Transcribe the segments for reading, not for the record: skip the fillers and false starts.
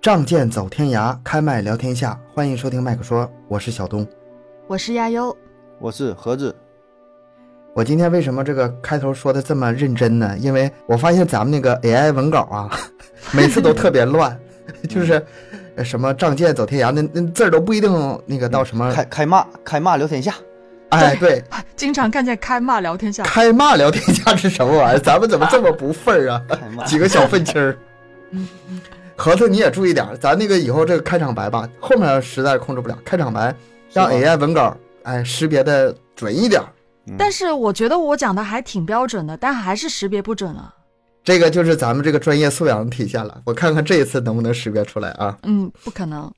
仗剑走天涯，开麦聊天下。欢迎收听麦克说，我是小东， 我是亚优， 我是盒子。 我今天为什么这个开头说的这么认真呢？因为我发现咱们那个 AI 文稿啊，每次都特别乱，就是什么仗剑走天涯，那字儿都不一定那个到什么开骂聊天下。 哎，对， 经常看见开骂聊天下。 开骂聊天下是什么玩意儿？咱们怎么这么不份儿啊？几个小愤青儿。盒子你也注意点，咱那个以后这个开场白吧，后面实在控制不了，开场白让 AI 文稿识别的准一点。 但是我觉得我讲的还挺标准的，但还是识别不准了。 这个就是咱们这个专业素养体现了，我看看这一次能不能识别出来啊？ 不可能。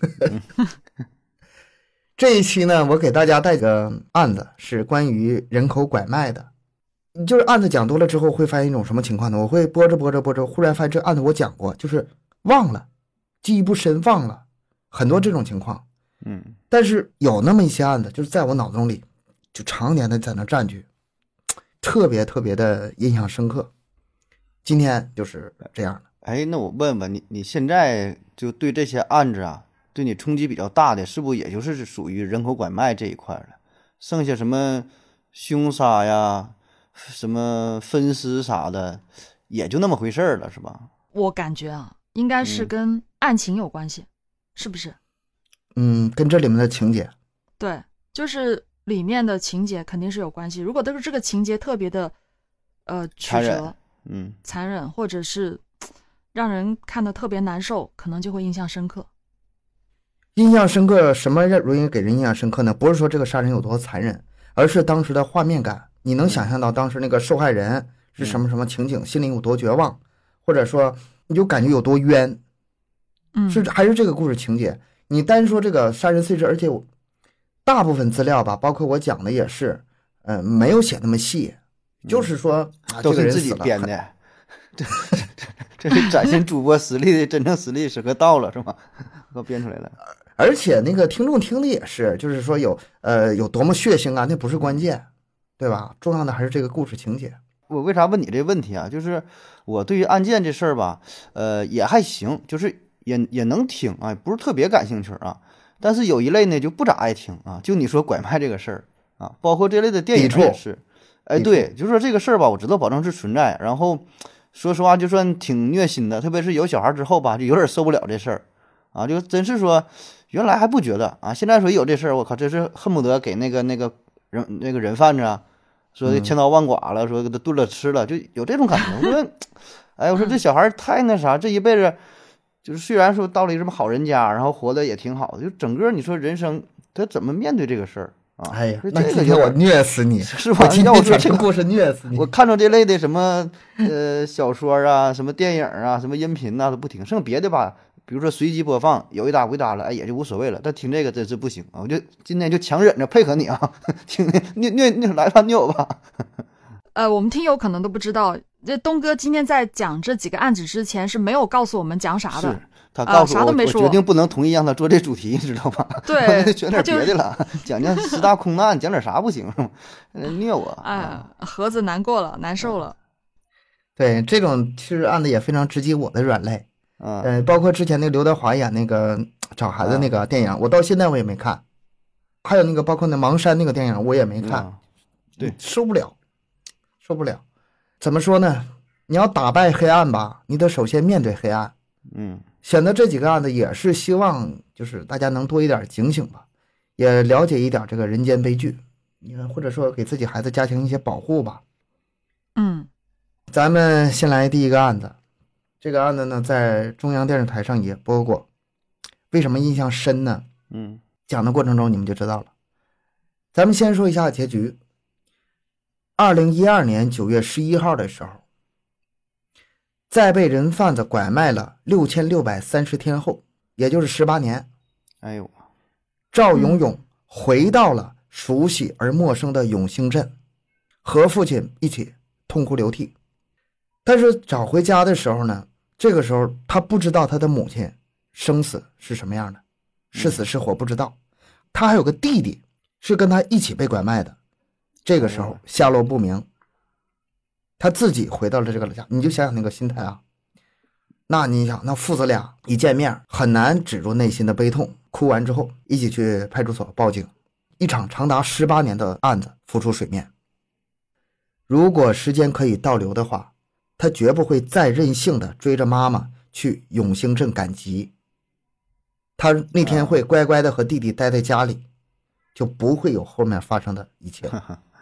这一期呢，我给大家带个案子，是关于人口拐卖的。就是案子讲多了之后，会发现一种什么情况呢？我会播着，忽然发现这案子我讲过，就是忘了，记忆不深，忘了很多这种情况。但是有那么一些案子，就是在我脑中里就常年的在那占据，特别的印象深刻。今天就是这样的。 那我问问你现在就对这些案子啊，对你冲击比较大的，是不是也就是属于人口拐卖这一块了？剩下什么凶杀呀，什么分尸啥的，也就那么回事了，是吧？ 我感觉啊，应该是跟案情有关系，是不是？ 跟这里面的情节， 对，就是里面的情节肯定是有关系。如果都是这个情节特别的曲折，残忍，或者是让人看得特别难受，可能就会印象深刻。 印象深刻，什么容易给人印象深刻呢？不是说这个杀人有多残忍，而是当时的画面感。你能想象到当时那个受害人是什么情景，心里有多绝望，或者说你就感觉有多冤。还是这个故事情节。你单说这个杀人碎尸，而且大部分资料吧，包括我讲的也是，没有写那么细，就是说都是自己编的。这是展现主播实力的真正实力时刻到了，是吗？都编出来了。 而且那个听众听的也是，就是说有多么血腥啊，那不是关键，对吧？重要的还是这个故事情节。 我为啥问你这个问题啊？就是我对于案件这事儿吧，也还行，就是也能听啊，不是特别感兴趣啊。但是有一类呢就不咋爱听啊，就你说拐卖这个事儿啊，包括这类的电影也是。对，就是说这个事儿吧，我知道保证是存在，然后说实话就算挺虐心的，特别是有小孩之后吧，就有点受不了这事儿啊，就真是说原来还不觉得啊，现在说有这事儿，我靠，这是恨不得给那个人贩子啊，说千刀万剐了，说给他炖了吃了，就有这种感觉。我说，我说这小孩太那啥，这一辈子就是虽然说到了一个什么好人家，然后活得也挺好的，就整个你说人生他怎么面对这个事儿啊？ 那今天我虐死你， 是吧？ 要我说这个故事虐死你。 我看着这类的什么小说啊，什么电影啊，什么音频啊都不听，剩别的吧，比如说随机播放，有一搭无一搭了，也就无所谓了。但听这个真是不行啊！我就今天就强忍着配合你啊，听虐来吧，虐我吧。 我们听友可能都不知道，这东哥今天在讲这几个案子之前是没有告诉我们讲啥的。 是他告诉我， 啥都没说。 我决定不能同意让他做这主题，你知道吗？ 对， 选点别的了，讲10大空难，讲点啥不行？虐我！ 盒子难过了，难受了。 对，这种其实案子也非常直击我的软肋。包括之前那个刘德华演那个找孩子那个电影，我到现在我也没看。还有那个包括那盲山那个电影我也没看。 对， 受不了。怎么说呢？你要打败黑暗吧，你得首先面对黑暗。选择这几个案子也是希望就是大家能多一点警醒吧，也了解一点这个人间悲剧，或者说给自己孩子加强一些保护吧。咱们先来第一个案子。这个案子呢在中央电视台上也播过。为什么印象深呢？讲的过程中你们就知道了。咱们先说一下结局。2012年9月11号的时候，在被人贩子拐卖了6630天后，也就是18年，赵永永回到了熟悉而陌生的永兴镇，和父亲一起痛哭流涕。但是找回家的时候呢，这个时候他不知道他的母亲生死是什么样的，是死是活不知道。他还有个弟弟是跟他一起被拐卖的，这个时候下落不明。他自己回到了这个家，你就想想那个心态啊。 那你想，那父子俩一见面很难止住内心的悲痛，哭完之后一起去派出所报警，一场长达18年的案子浮出水面。如果时间可以倒流的话，他绝不会再任性的追着妈妈去永兴镇赶集，他那天会乖乖的和弟弟待在家里，就不会有后面发生的一切。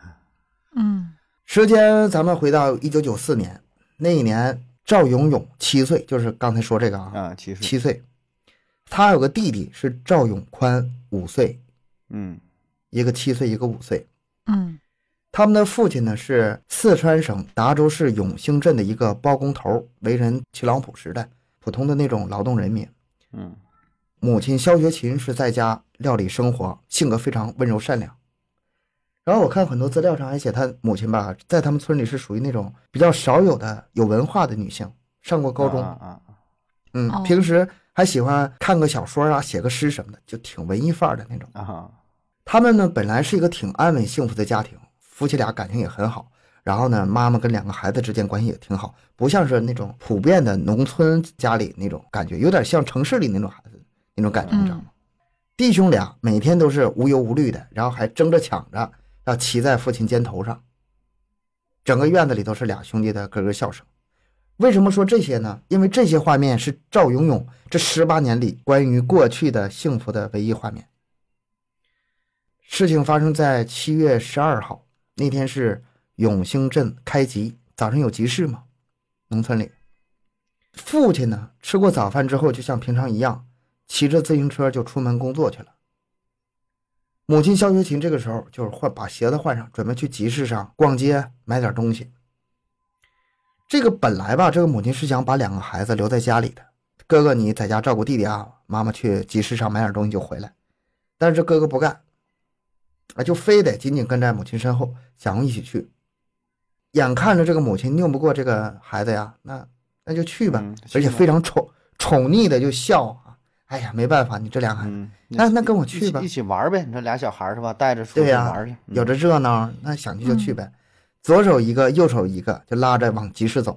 时间咱们回到1994年，那一年赵永永7岁，就是刚才说这个7岁。他有个弟弟是赵永宽5岁，一个7岁，一个5岁。他们的父亲呢是四川省达州市永兴镇的一个包工头，为人勤劳朴实的普通的那种劳动人民。母亲肖学勤是在家料理生活，性格非常温柔善良。然后我看很多资料上还写他母亲吧，在他们村里是属于那种比较少有的有文化的女性，上过高中。平时还喜欢看个小说啊，写个诗什么的，就挺文艺范儿的那种。他们呢本来是一个挺安稳幸福的家庭，夫妻俩感情也很好，然后呢妈妈跟2个孩子之间关系也挺好，不像是那种普遍的农村家里那种感觉，有点像城市里那种孩子那种感觉，你知道吗？弟兄俩每天都是无忧无虑的，然后还争着抢着要骑在父亲肩头上，整个院子里都是俩兄弟的咯咯笑声。为什么说这些呢？因为这些画面是赵永永这18年里关于过去的幸福的唯一画面。事情发生在7月12号，那天是永兴镇开集，早上有集市嘛，农村里。父亲呢吃过早饭之后，就像平常一样骑着自行车就出门工作去了。母亲肖学勤这个时候就是把鞋子换上，准备去集市上逛街买点东西。这个本来吧，这个母亲是想把2个孩子留在家里的，哥哥你在家照顾弟弟啊，妈妈去集市上买点东西就回来。但是这哥哥不干就非得紧紧跟在母亲身后，想要一起去。眼看着这个母亲拗不过这个孩子呀，那就去吧，而且非常宠溺的就笑啊，哎呀没办法，你这俩孩子，那跟我去吧， 一起玩呗，你这俩小孩是吧，带着出去玩去， 有这热闹，那想去就去呗。左手一个右手一个就拉着往集市走。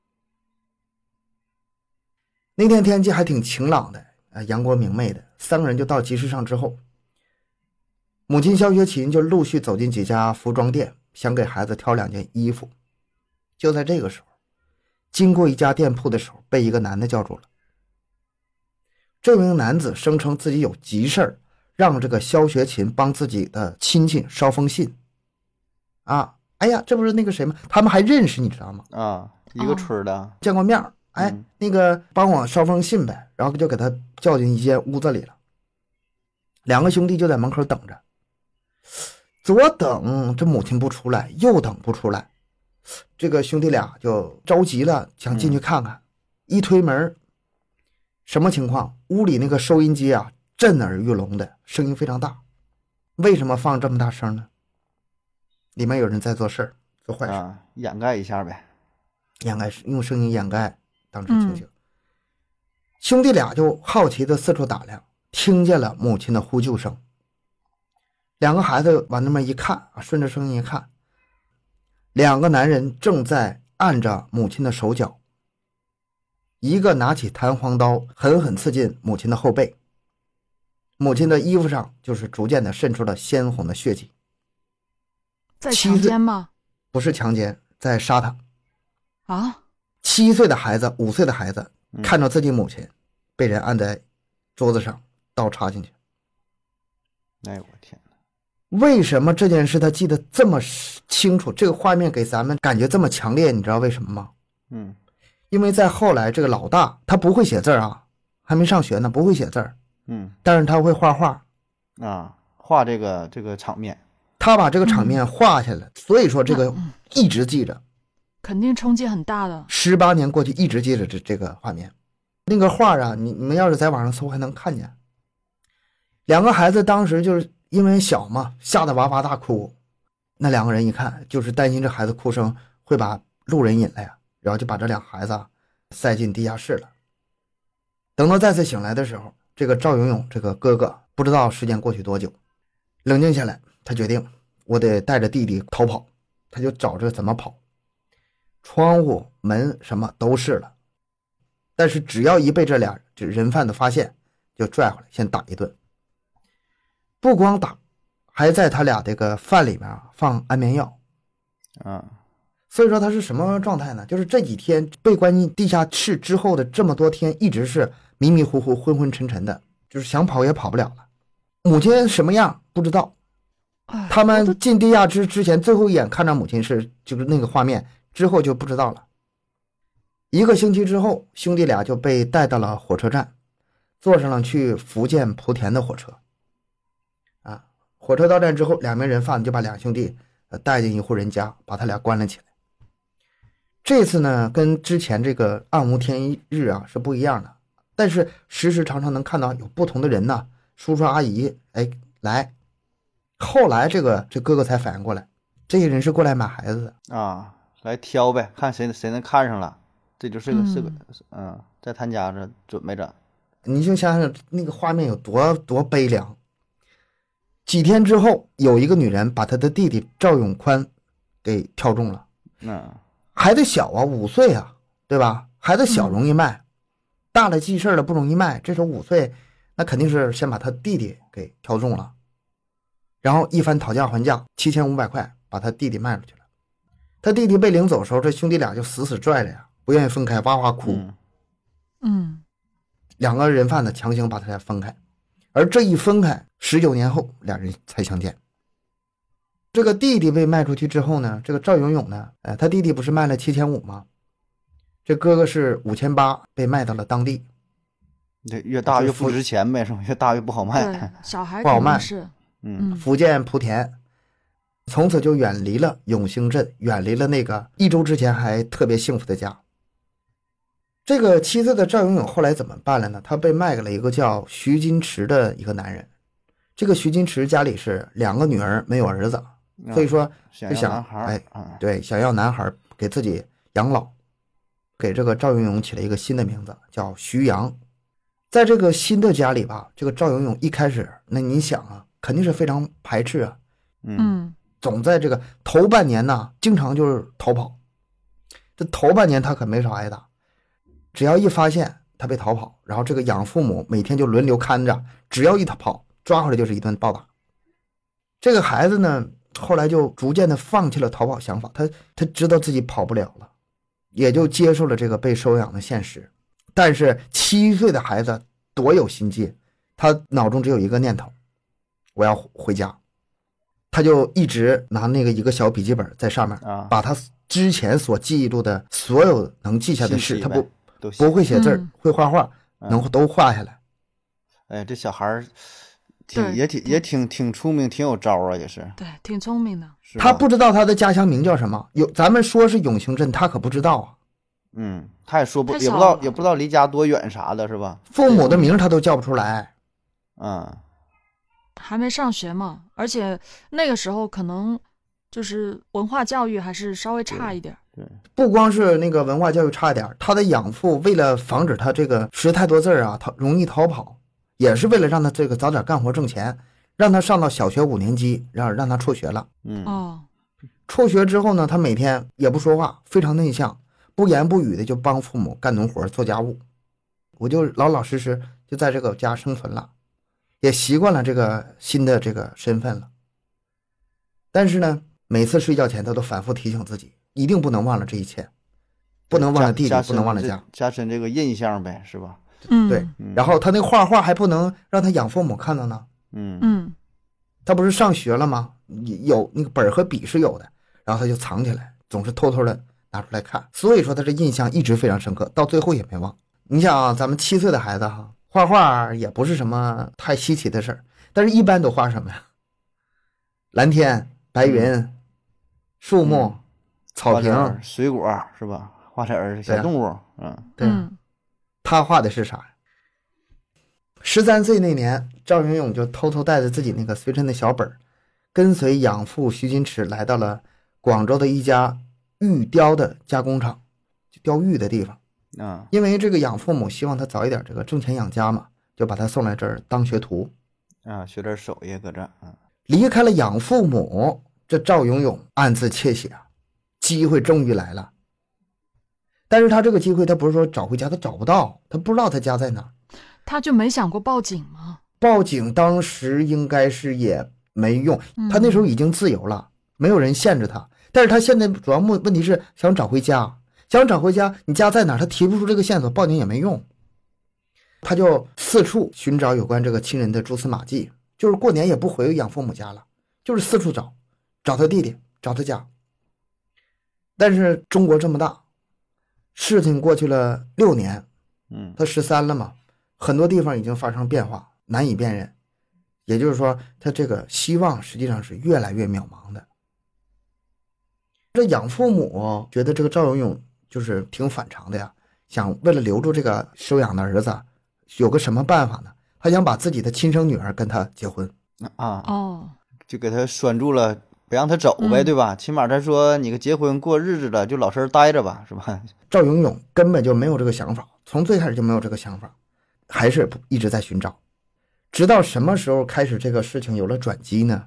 那天天气还挺晴朗的，阳光明媚的，3个人就到集市上之后，母亲肖学勤就陆续走进几家服装店，想给孩子挑2件衣服。就在这个时候，经过一家店铺的时候，被一个男的叫住了。这名男子声称自己有急事儿，让这个肖学勤帮自己的亲戚捎封信哎呀，这不是那个谁吗？他们还认识，你知道吗？ 一个村的， 见过面。那个帮我捎封信呗，然后就给他叫进一间屋子里了。2个兄弟就在门口等着，左等这母亲不出来，右等不出来，这个兄弟俩就着急了，想进去看看。一推门，什么情况？屋里那个收音机震耳欲聋的，声音非常大。为什么放这么大声呢？里面有人在做事儿，做坏事掩盖一下呗， 用声音掩盖当时情形。兄弟俩就好奇的四处打量，听见了母亲的呼救声。2个孩子往那边一看顺着声音一看，2个男人正在按着母亲的手脚，一个拿起弹簧刀狠狠刺进母亲的后背，母亲的衣服上就是逐渐的渗出了鲜红的血迹。 在强奸吗？ 不是强奸，在杀他。7岁的孩子5岁的孩子看到自己母亲被人按在桌子上，刀插进去。 哎我天哪！ 为什么这件事他记得这么清楚？这个画面给咱们感觉这么强烈，你知道为什么吗？因为在后来这个老大他不会写字还没上学呢，不会写字但是他会画画画这个场面。 他把这个场面画下来，所以说这个一直记着， 肯定冲击很大的。 18年过去，一直记着这个画面。那个画你们要是在网上搜还能看见。2个孩子当时就是因为小嘛，吓得哇哇大哭。那2个人一看，就是担心这孩子哭声会把路人引来然后就把这2孩子塞进地下室了。等到再次醒来的时候，这个赵永永这个哥哥不知道时间过去多久，冷静下来，他决定我得带着弟弟逃跑。他就找着怎么跑，窗户门什么都试了， 但是只要一被这俩人贩子发现，就拽回来先打一顿。不光打，还在他俩这个饭里面放安眠药。所以说他是什么状态呢？就是这几天被关进地下室之后的这么多天，一直是迷迷糊糊、昏昏沉沉的，就是想跑也跑不了了。母亲什么样不知道，他们进地下室之前最后一眼看到母亲就是那个画面，之后就不知道了。1个星期之后，兄弟俩就被带到了火车站，坐上了去福建莆田的火车。火车到站之后，2名人贩子就把2兄弟带进一户人家，把他俩关了起来。这次呢，跟之前这个暗无天日啊是不一样的，但是时时常常能看到有不同的人呢，叔叔阿姨来。后来这哥哥才反应过来，这些人是过来买孩子的啊，来挑呗，看谁能看上了，这就是个在他家这准备着。 你就想想那个画面有多悲凉。几天之后，有一个女人把她的弟弟赵永宽给挑中了。孩子小啊，5岁啊，对吧？孩子小容易卖，大了记事了不容易卖。这时候5岁，那肯定是先把他弟弟给挑中了，然后一番讨价还价，7500块把他弟弟卖出去了。他弟弟被领走的时候，这兄弟俩就死拽着呀，不愿意分开，哇哇哭。2个人贩子强行把他俩分开，而这一分开，19年后2人才相见。这个弟弟被卖出去之后呢，这个赵永永呢，他弟弟不是卖了7500吗？这哥哥是5800被卖到了当地。 越大越不值钱呗，是吧？越大越不好卖。 对，小孩不好卖。 是。 福建莆田，从此就远离了永兴镇，远离了那个1周之前还特别幸福的家。这个7岁的赵永永后来怎么办了呢？他被卖给了一个叫徐金池的一个男人。这个徐金池家里是2个女儿没有儿子，所以说就想对，想要男孩给自己养老，给这个赵永永起了一个新的名字叫徐阳。在这个新的家里吧，这个赵永永一开始，那你想啊，肯定是非常排斥啊，总在这个头半年呢，经常就是逃跑。这头半年他可没少挨打，只要一发现他被逃跑，然后这个养父母每天就轮流看着，只要一逃跑，抓回来就是一顿暴打。这个孩子呢，后来就逐渐的放弃了逃跑想法，他知道自己跑不了了，也就接受了这个被收养的现实。但是7岁的孩子多有心计，他脑中只有一个念头，我要回家。他就一直拿那个一个小笔记本在上面，把他之前所记录的所有能记下的事，他不会写字，会画画，能都画下来。 哎，这小孩也挺聪明，挺有招啊，也是。 对，挺聪明的。 他不知道他的家乡名叫什么，咱们说是永兴镇，他可不知道啊。 他也说也不知道离家多远啥的，是吧？ 父母的名他都叫不出来。 还没上学嘛，而且那个时候可能就是文化教育还是稍微差一点。 对， 不光是那个文化教育差一点，他的养父为了防止他这个识太多字啊，他容易逃跑，也是为了让他这个早点干活挣钱，让他上到小学5年级，让他辍学了。辍学之后呢，他每天也不说话，非常内向，不言不语的就帮父母干农活做家务。我就老老实实就在这个家生存了，也习惯了这个新的这个身份了。但是呢，每次睡觉前他都反复提醒自己，一定不能忘了这一切，不能忘了弟弟，不能忘了家， 加深这个印象呗，是吧？ 对。然后他那画画还不能让他养父母看到呢。他不是上学了吗？有那个本和笔是有的，然后他就藏起来，总是偷偷的拿出来看。所以说他这印象一直非常深刻，到最后也没忘。你想啊，咱们7岁的孩子哈，画画也不是什么太稀奇的事儿，但是一般都画什么呀？蓝天、白云、树木、草坪、 水果，是吧？画点小动物。 对。他画的是啥？13岁那年，赵永永就偷偷带着自己那个随身的小本，跟随养父徐金池来到了广州的一家玉雕的加工厂，就雕玉的地方。因为这个养父母希望他早一点这个挣钱养家嘛，就把他送来这儿当学徒。 学点手艺搁这。 离开了养父母，这赵永永暗自窃喜啊，机会终于来了。 但是他这个机会，他不是说找回家，他找不到，他不知道他家在哪。 他就没想过报警吗？ 报警当时应该是也没用，他那时候已经自由了，没有人限制他。但是他现在主要问题是想找回家，你家在哪？他提不出这个线索，报警也没用。他就四处寻找有关这个亲人的蛛丝马迹，就是过年也不回养父母家了，就是四处找他弟弟，找他家。但是中国这么大，事情过去了6年，他13了嘛，很多地方已经发生变化，难以辨认。也就是说，他这个希望实际上是越来越渺茫的。这养父母觉得这个赵永永就是挺反常的呀，想为了留住这个收养的儿子，有个什么办法呢？他想把自己的亲生女儿跟他结婚就给他拴住了，别让他走呗，对吧？起码他说你个结婚过日子了，就老实待着吧，是吧？ 赵永永根本就没有这个想法，从最开始就没有这个想法，还是一直在寻找。直到什么时候开始这个事情有了转机呢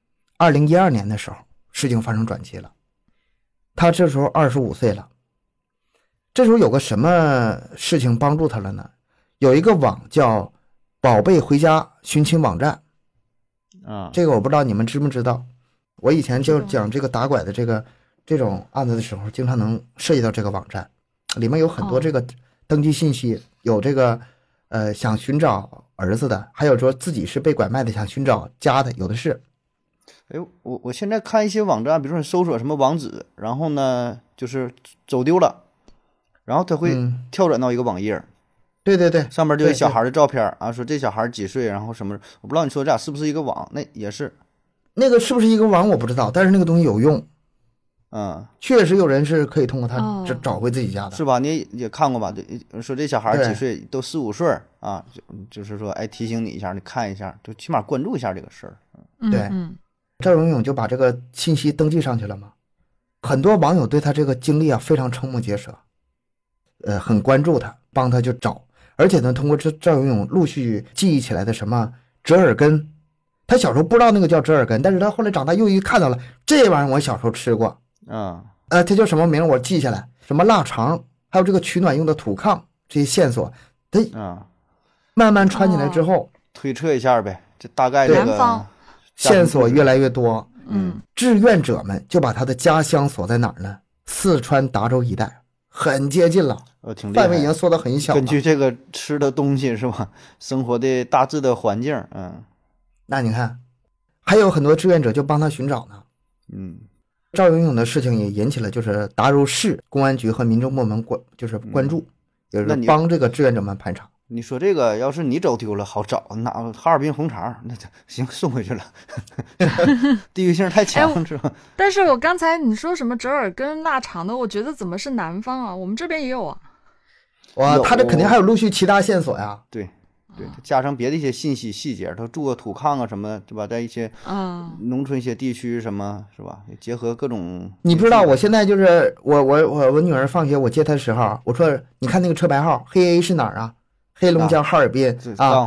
？2012年的时候，事情发生转机了。他这时候25岁了。这时候有个什么事情帮助他了呢？有一个网叫宝贝回家寻亲网站这个我不知道你们知不知道。我以前就讲这个打拐的这种案子的时候，经常能涉及到这个网站，里面有很多这个登记信息，有这个想寻找儿子的，还有说自己是被拐卖的想寻找家的，有的是。 我现在看一些网站，比如说你搜索什么网址，然后呢就是走丢了，然后他会跳转到一个网页， 对对对， 上面就有小孩的照片啊，说这小孩几岁，然后什么，我不知道你说这俩是不是一个网，那也是。 那个是不是一个网我不知道，但是那个东西有用。确实有人是可以通过他找回自己家的， 是吧？你也看过吧？说这小孩几岁，都4、5岁啊，就是说，哎，提醒你一下，你看一下，就起码关注一下这个事儿。 对，赵永永就把这个信息登记上去了嘛。很多网友对他这个经历非常瞠目结舌，很关注他，帮他就找，而且呢，通过赵永永陆续记忆起来的什么折耳根，他小时候不知道那个叫折耳根，但是他后来长大又一看到了这玩意儿，我小时候吃过。它叫什么名我记下来，什么腊肠，还有这个取暖用的土炕，这些线索他慢慢穿起来之后， 推测一下呗，这大概这个线索越来越多。志愿者们就把他的家乡锁在哪儿呢？四川达州一带，很接近了，范围已经缩得很小了。 根据这个吃的东西是吧，生活的大致的环境， 那你看还有很多志愿者就帮他寻找呢。赵永永的事情也引起了就是达州市公安局和民众部门关注，就是帮这个志愿者们排查。 你说这个要是你走丢了好找，哪哈尔滨红肠那行送回去了，地域性太强是吧？ 但是我刚才你说什么折耳根腊肠的，我觉得怎么是南方啊？我们这边也有啊。 哇，他这肯定还有陆续其他线索呀。 对，加上别的一些信息细节，他住个土炕啊什么，对吧？在一些农村一些地区什么，是吧？结合各种。 你不知道，我现在就是我女儿放学我接她的时候，我说你看那个车牌号，黑 A 是哪儿啊？黑龙江哈尔滨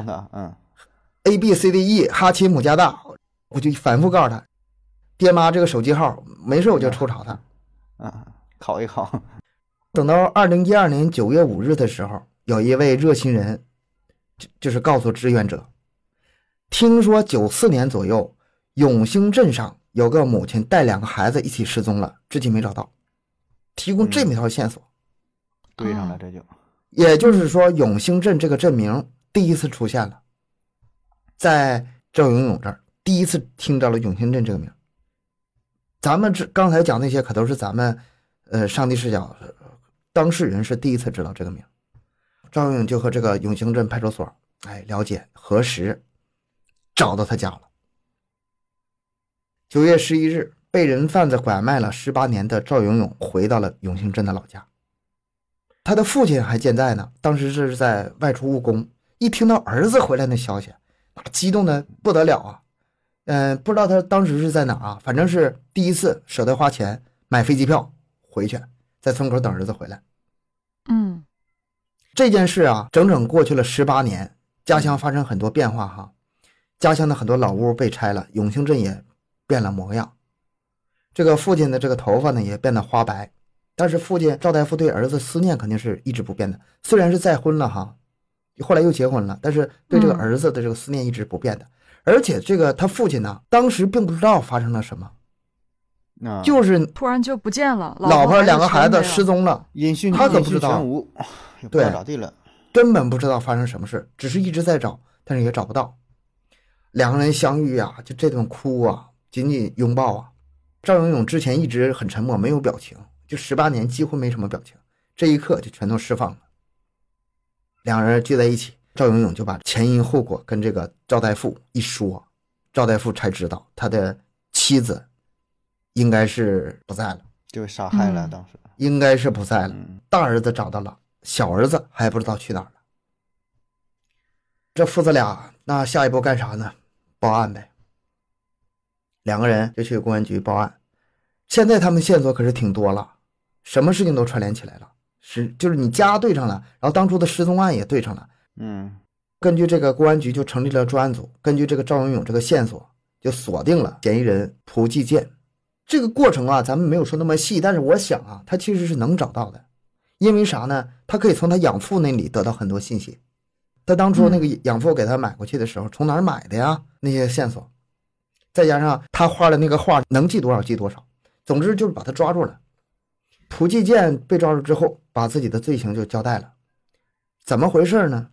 A B C D E 哈奇姆加大，我就反复告诉她，爹妈这个手机号，没事我就抽查她。 考一考。 等到2012年9月5日的时候，有一位热心人。就是告诉志愿者，听说94年左右永兴镇上有个母亲带2个孩子一起失踪了，至今没找到，提供这么一条线索。 对上了，这就也就是说永兴镇这个镇名第一次出现了，在赵永永这儿第一次听到了永兴镇这个名。咱们刚才讲那些可都是咱们上帝视角当事人是第一次知道这个名。赵永永就和这个永兴镇派出所了解核实，找到他家了。9月11日，被人贩子拐卖了18年的赵永永回到了永兴镇的老家。他的父亲还健在呢，当时是在外出务工，一听到儿子回来的消息，激动的不得了啊。不知道他当时是在哪啊，反正是第一次舍得花钱买飞机票回去，在村口等儿子回来。这件事整整过去了18年，家乡发生很多变化哈。家乡的很多老屋被拆了，永兴镇也变了模样。这个父亲的这个头发呢也变得花白， 但是父亲赵大夫对儿子思念肯定是一直不变的，虽然是再婚了哈，后来又结婚了，但是对这个儿子的这个思念一直不变的。而且这个他父亲呢，当时并不知道发生了什么，就是突然就不见了， 老婆2个孩子失踪了，他可不知道， 对，咋地了， 根本不知道发生什么事，只是一直在找，但是也找不到。2个人相遇啊，就这顿哭啊，紧紧拥抱啊。赵永永之前一直很沉默，没有表情，就18年几乎没什么表情，这一刻就全都释放了。2人聚在一起，赵永永就把前因后果跟这个赵大富一说，赵大富才知道他的妻子应该是不在了， 就被杀害了。当时应该是不在了。大儿子找到了，小儿子还不知道去哪儿了。这父子俩那下一步干啥呢？报案呗。2个人就去公安局报案。现在他们线索可是挺多了，什么事情都串联起来了，就是你家对上了，然后当初的失踪案也对上了。根据这个公安局就成立了专案组，根据这个赵永永这个线索就锁定了嫌疑人蒲继建。这个过程啊咱们没有说那么细，但是我想啊他其实是能找到的。因为啥呢？他可以从他养父那里得到很多信息。他当初那个养父给他买过去的时候，从哪儿买的呀？那些线索，再加上他画的那个画能记多少记多少。总之就是把他抓住了。蒲继建被抓住之后，把自己的罪行就交代了。怎么回事呢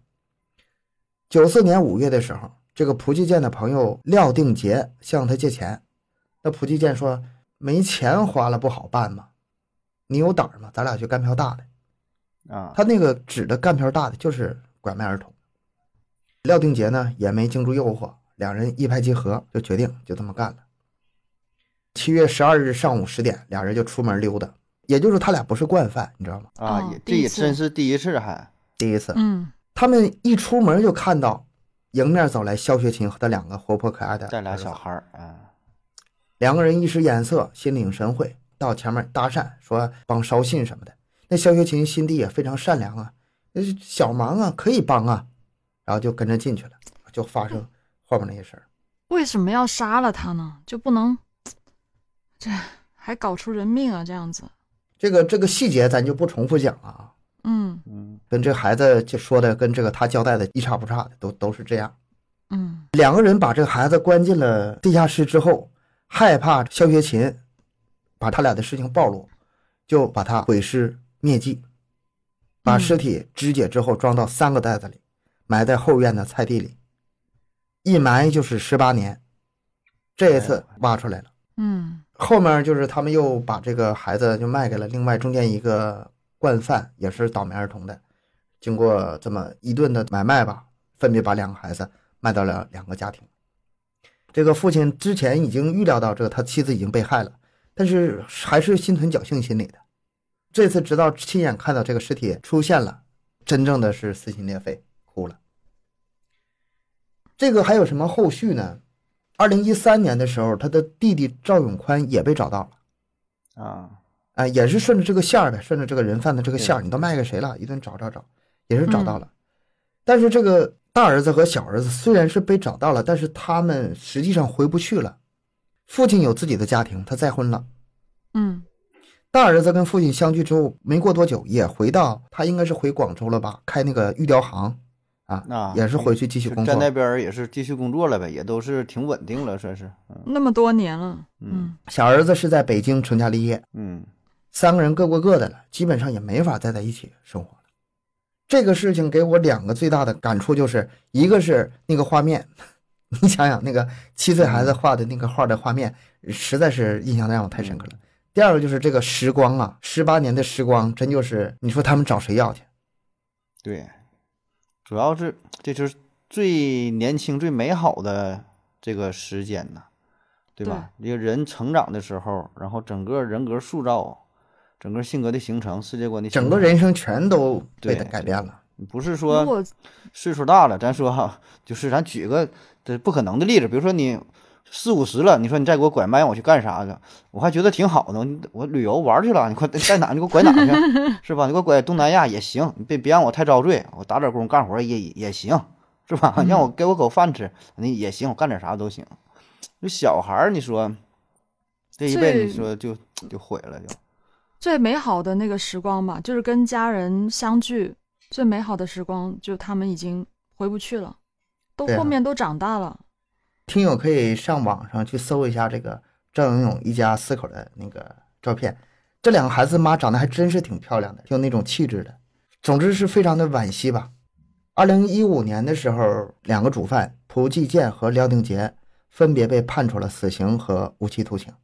？94年5月的时候，这个蒲继建的朋友廖定杰向他借钱。那蒲继建说：“没钱花了不好办吗？你有胆吗？咱俩去干票大的。”他那个指的干票大的就是拐卖儿童。廖定杰呢也没经住诱惑，2人一拍即合，就决定就这么干了。7月12日上午10点，2人就出门溜达。也就是他俩不是惯犯，你知道吗？ 这也真是第一次，还第一次。他们一出门就看到迎面走来肖学勤和他2个活泼可爱的这俩小孩 2个人一时眼色，心领神会，到前面搭讪说帮捎信什么的。那肖学勤心地也非常善良啊，小忙啊可以帮啊，然后就跟着进去了，就发生后面那些事儿。 为什么要杀了他呢？就不能这还搞出人命啊？这样子， 这个细节咱就不重复讲了啊。跟这孩子就说的跟这个他交代的一差不差的，都是这样。2个人把这个孩子关进了地下室之后，害怕肖学勤把他俩的事情暴露，就把他毁尸灭迹，把尸体肢解之后装到3个袋子里，埋在后院的菜地里，一埋就是18年。这一次挖出来了。后面就是他们又把这个孩子就卖给了另外中间一个惯犯，也是倒霉儿童的。经过这么一顿的买卖吧，分别把2个孩子卖到了2个家庭。这个父亲之前已经预料到这个他妻子已经被害了，但是还是心存侥幸心理的。这次直到亲眼看到这个尸体出现了，真正的是撕心裂肺，哭了。这个还有什么后续呢？2013年的时候，他的弟弟赵永宽也被找到了。也是顺着这个线的，顺着这个人贩的这个线，你都卖给谁了？一顿找，也是找到了。但是这个大儿子和小儿子虽然是被找到了，但是他们实际上回不去了。父亲有自己的家庭，他再婚了。大儿子跟父亲相聚之后，没过多久也回到，他应该是回广州了吧，开那个玉雕行也是回去继续工作， 在那边也是继续工作了呗，也都是挺稳定了，算是。 那么多年了。 小儿子是在北京成家立业。3个人各过各的了，基本上也没法再在一起生活了。这个事情给我2个最大的感触，就是一个是那个画面，你想想那个7岁孩子画的那个画的画面，实在是印象让我太深刻了。第二个就是这个时光啊，18年的时光，真就是你说他们找谁要去？ 对，主要是这就是最年轻最美好的这个时间呢，对吧？一个人成长的时候，然后整个人格塑造，整个性格的形成，世界观的形成， 整个人生全都被他改变了。 不是说岁数大了，咱说哈，就是咱举个这不可能的例子，比如说你40、50了，你说你再给我拐卖，让我去干啥去？我还觉得挺好的，我旅游玩去了，你快在哪？你给我拐哪去？是吧？你给我拐东南亚也行，你别让我太遭罪，我打点工干活也行，是吧？让我给我口饭吃，那也行，我干点啥都行。就小孩你说这一辈子，你说就毁了就。 最美好的那个时光吧，就是跟家人相聚最美好的时光，就他们已经回不去了，后面都长大了。 听友可以上网上去搜一下这个赵永永一家4口的那个照片，这2个孩子妈长得还真是挺漂亮的，挺有那种气质的。总之是非常的惋惜吧。2015年的时候，2个主犯蒲继建和廖定杰分别被判处了死刑和无期徒刑。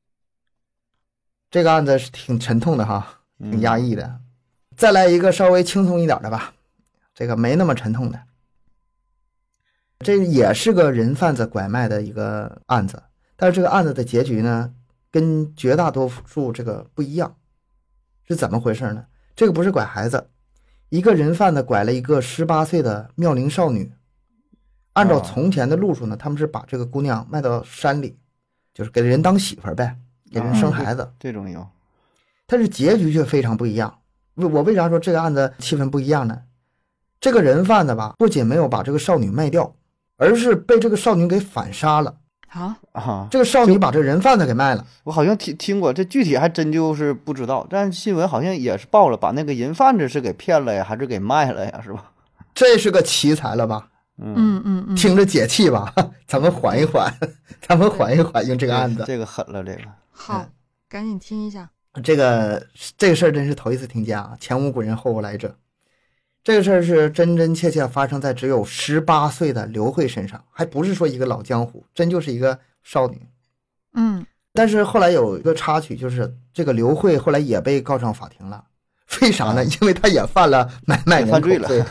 这个案子是挺沉痛的哈，挺压抑的。再来一个稍微轻松一点的吧，这个没那么沉痛的。这也是个人贩子拐卖的一个案子，但是这个案子的结局呢，跟绝大多数这个不一样。是怎么回事呢？这个不是拐孩子，一个人贩子拐了一个18岁的妙龄少女。按照从前的路数呢，他们是把这个姑娘卖到山里，就是给人当媳妇儿呗，给人生孩子。 这种有， 但是结局却非常不一样。我为啥说这个案子气氛不一样呢？这个人贩子吧，不仅没有把这个少女卖掉，而是被这个少女给反杀了。这个少女把这人贩子给卖了。 我好像听过，这具体还真就是不知道，但新闻好像也是报了，把那个人贩子是给骗了呀，还是给卖了呀，是吧？ 这是个奇才了吧？听着解气吧？咱们缓一缓，用这个案子。 这个狠了，这个好，赶紧听一下。 这个事儿真是头一次听见啊！前无古人后无来者。这个事儿是真真切切发生在只有18岁的刘慧身上，还不是说一个老江湖，真就是一个少女。但是后来有一个插曲，就是这个刘慧后来也被告上法庭了。为啥呢？因为她也犯了买卖人口罪了。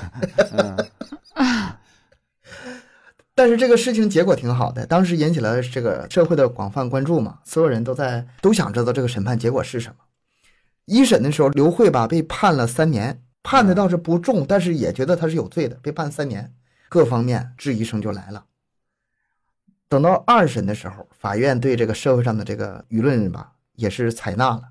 但是这个事情结果挺好的，当时引起了这个社会的广泛关注嘛，所有人都想知道这个审判结果是什么。一审的时候，刘慧吧被判了3年，判的倒是不重，但是也觉得他是有罪的，被判3年，各方面质疑声就来了。等到2审的时候，法院对这个社会上的这个舆论吧也是采纳了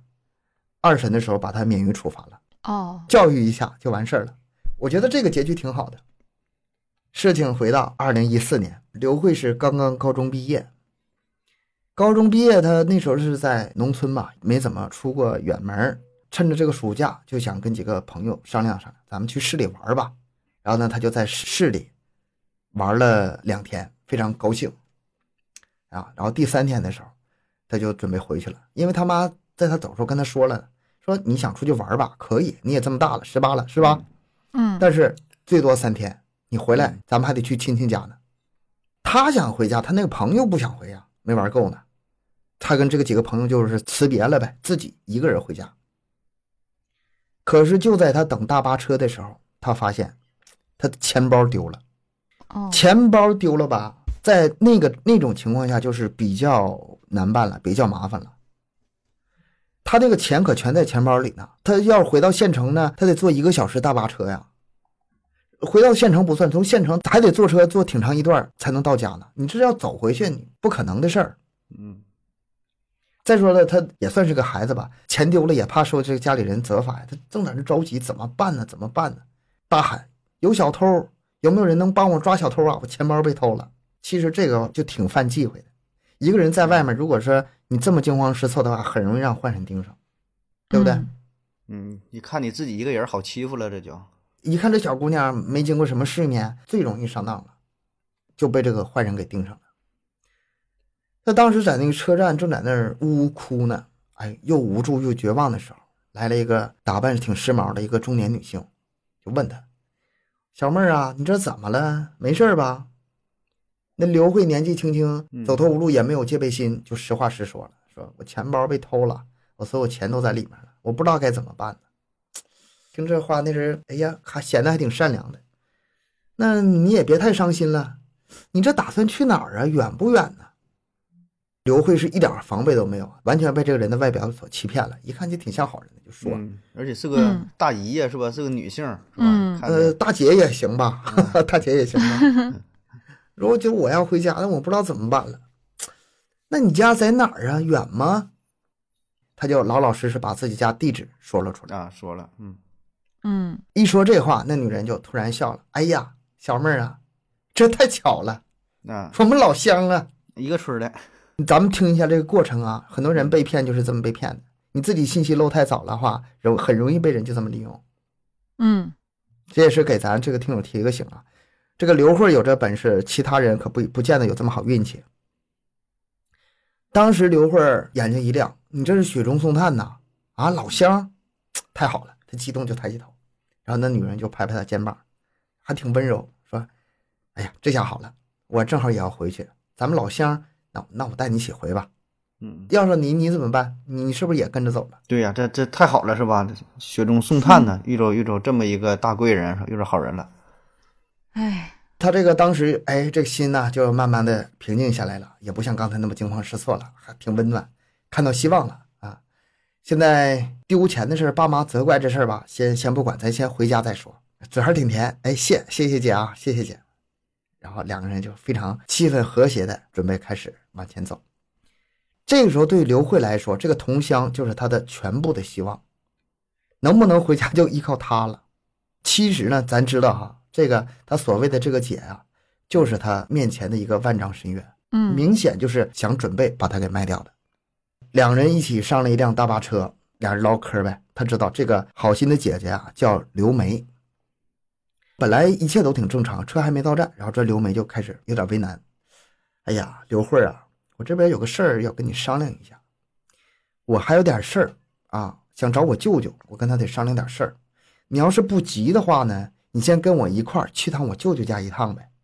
，2审的时候把他免于处罚了，教育一下就完事儿了。我觉得这个结局挺好的。事情回到2014年，刘慧是刚刚高中毕业。高中毕业，他那时候是在农村嘛，没怎么出过远门，趁着这个暑假就想跟几个朋友商量，咱们去市里玩吧。然后呢，他就在市里玩了2天，非常高兴啊。然后第3天的时候，他就准备回去了，因为他妈在他走的时候跟他说了，说你想出去玩吧，可以，你也这么大了，18了，是吧？但是最多3天。你回来咱们还得去亲戚家呢。他想回家，他那个朋友不想回呀，没玩够呢。他跟这个几个朋友就是辞别了呗，自己一个人回家。可是就在他等大巴车的时候，他发现他的钱包丢了。钱包丢了吧，在那种情况下就是比较难办了，比较麻烦了。他那个钱可全在钱包里呢，他要回到县城呢，他得坐1个小时大巴车呀。回到县城不算，从县城还得坐车坐挺长一段才能到家呢。你这要走回去，你不可能的事儿。再说了，他也算是个孩子吧，钱丢了也怕受这个家里人责罚呀。他正在那着急，怎么办呢？大喊有小偷，有没有人能帮我抓小偷啊？我钱包被偷了。其实这个就挺犯忌讳的。一个人在外面，如果说你这么惊慌失措的话，很容易让坏人盯上，对不对？ 你看你自己一个人好欺负了，这就。 一看这小姑娘没经过什么世面，最容易上当了，就被这个坏人给盯上了。他当时在那个车站正在那儿呜呜哭呢，又无助又绝望的时候，来了一个打扮挺时髦的一个中年女性，就问他：小妹儿啊，你这怎么了？没事吧？那刘慧年纪轻轻，走投无路，也没有戒备心，就实话实说了，说我钱包被偷了，我所有钱都在里面了，我不知道该怎么办呢。听这话，那人显得还挺善良的。那你也别太伤心了，你这打算去哪儿啊？远不远呢？刘慧是一点防备都没有，完全被这个人的外表所欺骗了，一看就挺像好人的，就说而且是个大姨呀，是吧？是个女性，是吧？ 大姐也行吧，大姐也行吧。如果就我要回家，那我不知道怎么办了。那你家在哪儿啊？远吗？他就老老实实把自己家地址说了出来说了， 一说这话，那女人就突然笑了。哎呀，小妹儿啊，这太巧了，我们老乡啊， 一个村的。 咱们听一下这个过程啊，很多人被骗就是这么被骗的。 你自己信息漏太早的话，很容易被人就这么利用。这也是给咱这个听友提一个醒啊，这个刘慧有这本事，其他人可不见得有这么好运气。当时刘慧眼睛一亮，你这是雪中送炭呐！啊，老乡，太好了！他激动就抬起头，然后那女人就拍拍他肩膀，还挺温柔，说：“哎呀，这下好了，我正好也要回去，咱们老乡，那我带你一起回吧。要是你怎么办？你是不是也跟着走了？” 对呀，这太好了是吧？雪中送炭呢，遇着这么一个大贵人，遇着好人了。 哎。 他这个当时这个心呢就慢慢的平静下来了，也不像刚才那么惊慌失措了，还挺温暖，看到希望了啊。现在丢钱的事，爸妈责怪这事吧，先不管，咱先回家再说。嘴还挺甜，谢谢姐啊，谢谢姐。然后两个人就非常气氛和谐的准备开始往前走。这个时候对刘慧来说，这个同乡就是他的全部的希望，能不能回家就依靠他了。其实呢，咱知道哈。这个他所谓的这个姐啊，就是他面前的一个万丈深渊，明显就是想准备把他给卖掉的。两人一起上了一辆大巴车，俩人唠嗑呗。他知道这个好心的姐姐啊叫刘梅，本来一切都挺正常，车还没到站，然后这刘梅就开始有点为难。哎呀，刘慧啊，我这边有个事儿要跟你商量一下，我还有点事儿啊，想找我舅舅，我跟他得商量点事儿。你要是不急的话呢，你先跟我一块儿去趟我舅舅家一趟呗。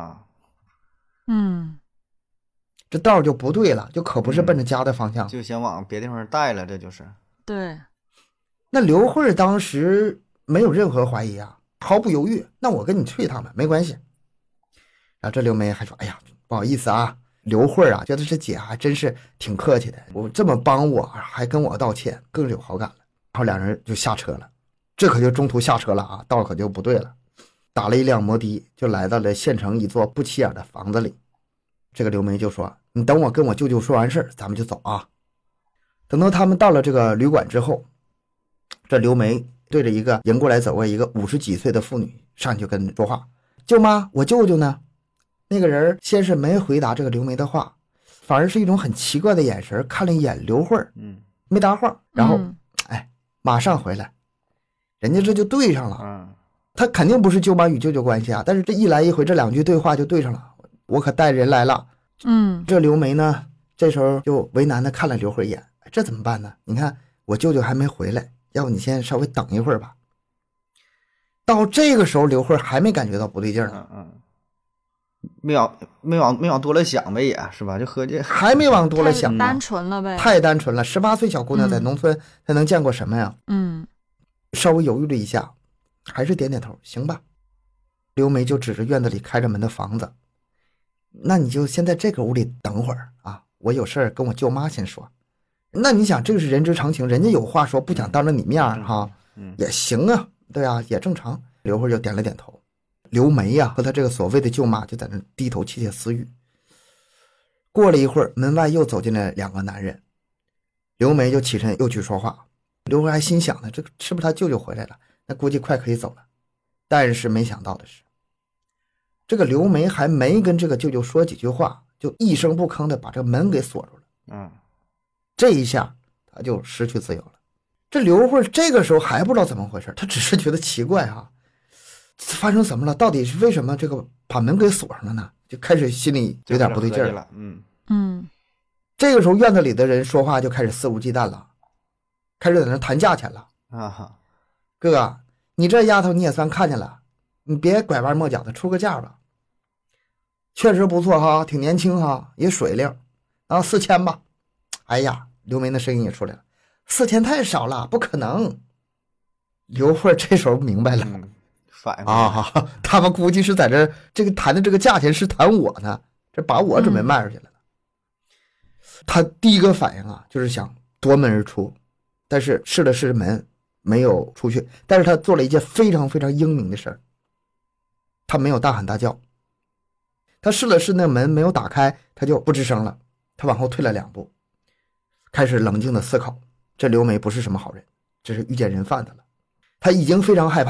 这道就不对了，就可不是奔着家的方向， 就想往别地方带了，这就是。 对。 那刘慧当时没有任何怀疑啊，毫不犹豫，那我跟你去一趟呗，没关系。然后这刘梅还说：“哎呀，不好意思啊，刘慧啊，觉得这姐还真是挺客气的，我这么帮我，还跟我道歉，更是有好感了。”然后两人就下车了。这可就中途下车了啊，道可就不对了，打了一辆摩的就来到了县城一座不起眼的房子里。这个刘梅就说：“你等我跟我舅舅说完事儿，咱们就走啊。”等到他们到了这个旅馆之后，这刘梅对着一个迎过来走过一个50几岁的妇女上去就跟说话：“舅妈，我舅舅呢？”那个人先是没回答这个刘梅的话，反而是一种很奇怪的眼神看了一眼刘慧，没搭话，然后马上回来。人家这就对上了，他肯定不是舅妈与舅舅关系啊，但是这一来一回这两句对话就对上了，我可带人来了。这刘梅呢这时候就为难的看了刘慧一眼，这怎么办呢？你看我舅舅还没回来，要不你先稍微等一会儿吧。到这个时候刘慧还没感觉到不对劲呢， 没往多了想呗，也是吧？就合计还没往多了想， 单纯了呗， 太单纯了。18岁小姑娘在农村她能见过什么呀？稍微犹豫了一下，还是点点头，行吧。刘梅就指着院子里开着门的房子：“那你就先在这个屋里等会儿啊，我有事儿跟我舅妈先说。”那你想，这个是人之常情，人家有话说，不想当着你面哈，也行啊，对啊，也正常。刘慧就点了点头。刘梅呀和她这个所谓的舅妈就在那低头窃窃私语。过了一会儿，门外又走进来2个男人，刘梅就起身又去说话。刘慧还心想呢，这个是不是他舅舅回来了？那估计快可以走了。但是没想到的是，这个刘梅还没跟这个舅舅说几句话，就一声不吭的把这个门给锁住了。这一下他就失去自由了。这刘慧这个时候还不知道怎么回事，他只是觉得奇怪啊，发生什么了？到底是为什么这个把门给锁上了呢？就开始心里有点不对劲了。这个时候院子里的人说话就开始肆无忌惮了，开始在那谈价钱了。哥，你这丫头你也算看见了，你别拐弯抹角的，出个价吧。确实不错哈，挺年轻哈，也水灵啊，4000吧。哎呀，刘梅的声音也出来了，4000太少了，不可能。刘慧这时候明白了， 反应他们估计是在这个谈的这个价钱是谈我呢，这把我准备卖出去了。他第一个反应啊，就是想夺门而出，但是试了试门没有出去，但是他做了一件非常非常英明的事儿，他没有大喊大叫，他试了试那门没有打开，他就不吱声了，他往后退了2步，开始冷静的思考，这刘梅不是什么好人，这是遇见人贩子了。他已经非常害怕了，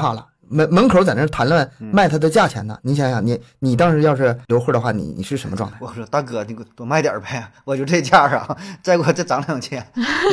门口在那谈论卖他的价钱呢。你想想，你当时要是刘慧的话，你是什么状态？ 我说大哥，你给我多卖点呗，我就这价啊，再给我再涨2千。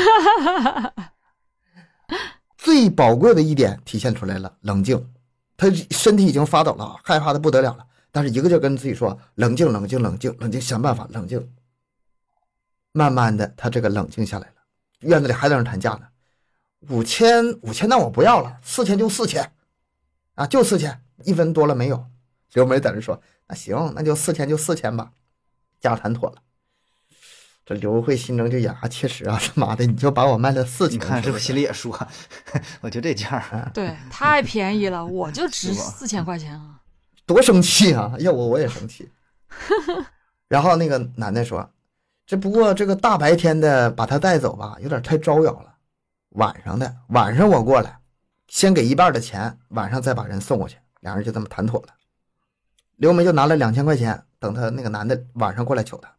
最宝贵的一点体现出来了，冷静。他身体已经发抖了，害怕的不得了了，但是一个劲跟自己说冷静冷静冷静冷静，想办法冷静。慢慢的他这个冷静下来了，院子里还在那谈价呢。5000那我不要了，4000就4000啊，就4000，1分多了没有。刘梅在这说那行，那就4000就4000吧，价谈妥了。这刘慧心中就咬牙切齿啊，他妈的你就把我卖了4000， 你看这我心里也说我就这价啊，对，太便宜了，我就值4000块钱啊， 多生气啊，要我也生气。然后那个男的说，这不过这个大白天的把他带走吧，有点太招摇了，晚上我过来先给1半的钱，晚上再把人送过去。两人就这么谈妥了。刘梅就拿了2000块钱，等他那个男的晚上过来求他。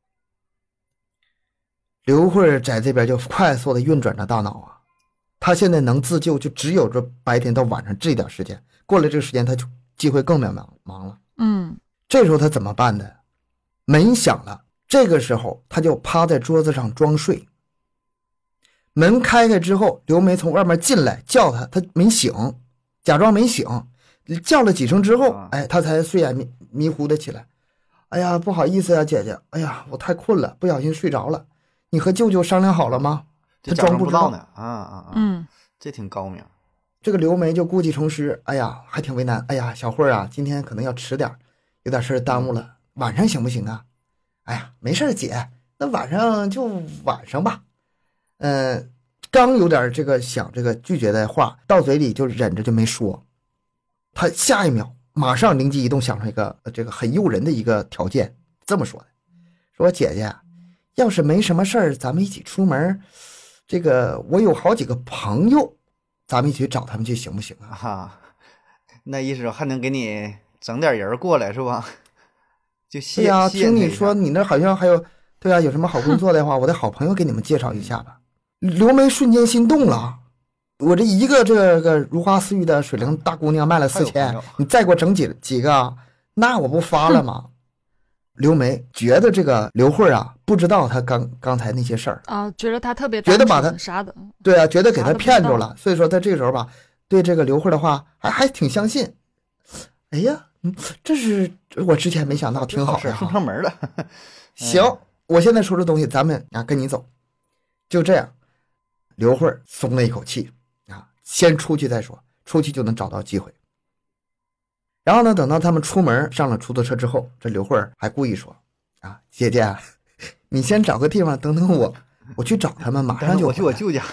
刘慧在这边就快速的运转着大脑啊，他现在能自救就只有这白天到晚上这点时间，过了这个时间他就机会更忙了。这时候他怎么办呢？门响了，这个时候他就趴在桌子上装睡。门开开之后，刘梅从外面进来叫他，他没醒，假装没醒，叫了几声之后，他才睡眼迷糊的起来。哎呀，不好意思啊，姐姐，哎呀，我太困了，不小心睡着了。你和舅舅商量好了吗？他装不知道呢。这挺高明。 这个刘梅就故技重施，哎呀，还挺为难。哎呀，小慧啊，今天可能要迟点，有点事耽误了，晚上行不行啊？哎呀，没事姐，那晚上就晚上吧。刚有点这个想这个拒绝的话，到嘴里就忍着就没说。他下一秒马上灵机一动，想出一个这个很诱人的一个条件，这么说的：说姐姐，要是没什么事儿，咱们一起出门。这个我有好几个朋友，咱们一起找他们去行不行啊？ 那意思还能给你整点人过来是吧？就对呀，听你说你那好像还有，对啊，有什么好工作的话，我的好朋友给你们介绍一下吧。刘梅瞬间心动了，我这一个这个如花似玉的水灵大姑娘卖了4000，你再给我整几个，那我不发了吗？刘梅觉得这个刘慧啊，不知道他刚才那些事儿啊，觉得他特别觉得把他啥的， 对啊，觉得给他骗住了，所以说他这个时候吧，对这个刘慧的话还挺相信。哎呀，这是我之前没想到，挺好的， 送上门了。 行，我现在收拾东西，咱们跟你走。就这样，刘慧松了一口气啊，先出去再说，出去就能找到机会。然后呢，等到他们出门上了出租车之后，这刘慧还故意说啊，姐姐，你先找个地方等等我去找他们，马上就我去我舅家。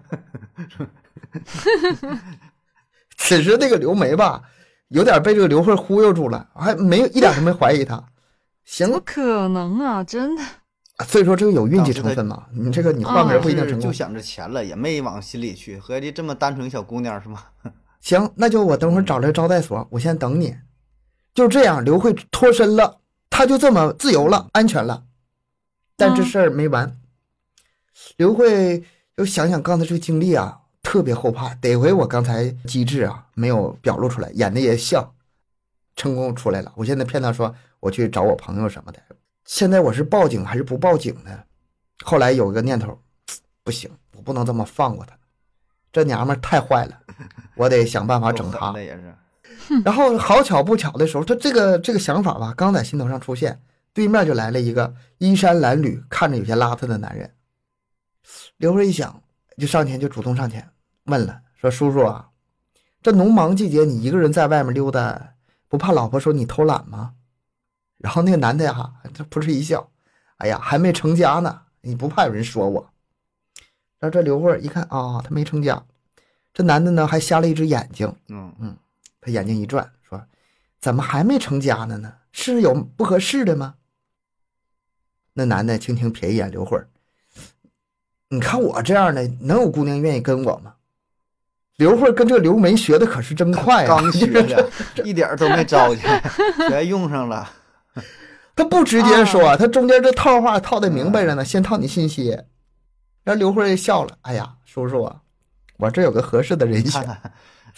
此时那个刘梅吧，有点被这个刘慧忽悠住了，还没有一点都没怀疑他。行， 怎么可能啊，真的。 所以说这个有运气成分嘛，你这个你换个人不一定成功。 就想着钱了，也没往心里去，合计这么单纯小姑娘是吗？ 行，那就我等会儿找来招待所，我先等你。就这样，刘慧脱身了，她就这么自由了，安全了。但这事儿没完，刘慧又想想刚才这个经历啊，特别后怕，得亏我刚才机智啊，没有表露出来，演的也像，成功出来了。我现在骗他说我去找我朋友什么的，现在我是报警还是不报警呢？后来有个念头，不行，我不能这么放过他，这娘们太坏了，我得想办法整他。然后好巧不巧的时候，他这个想法吧，刚在心头上出现，对面就来了一个衣衫褴褛、看着有些邋遢的男人。刘慧一想，就上前，就主动上前问了，说：“叔叔啊，这农忙季节，你一个人在外面溜达，不怕老婆说你偷懒吗？”然后那个男的呀，他扑哧一笑：“哎呀，还没成家呢，你不怕有人说我？”然后这刘慧一看啊，他没成家。这男的呢，还瞎了一只眼睛。他眼睛一转，说：“怎么还没成家呢？是有不合适的吗？”那男的轻轻瞥一眼刘慧，你看我这样的，能有姑娘愿意跟我吗？刘慧跟这个刘梅学的可是真快啊， 刚学的，一点都没着急，全用上了。 他不直接说，他中间这套话套的明白着呢，先套你信息。然后刘慧笑了，哎呀，叔叔啊，我这有个合适的人选，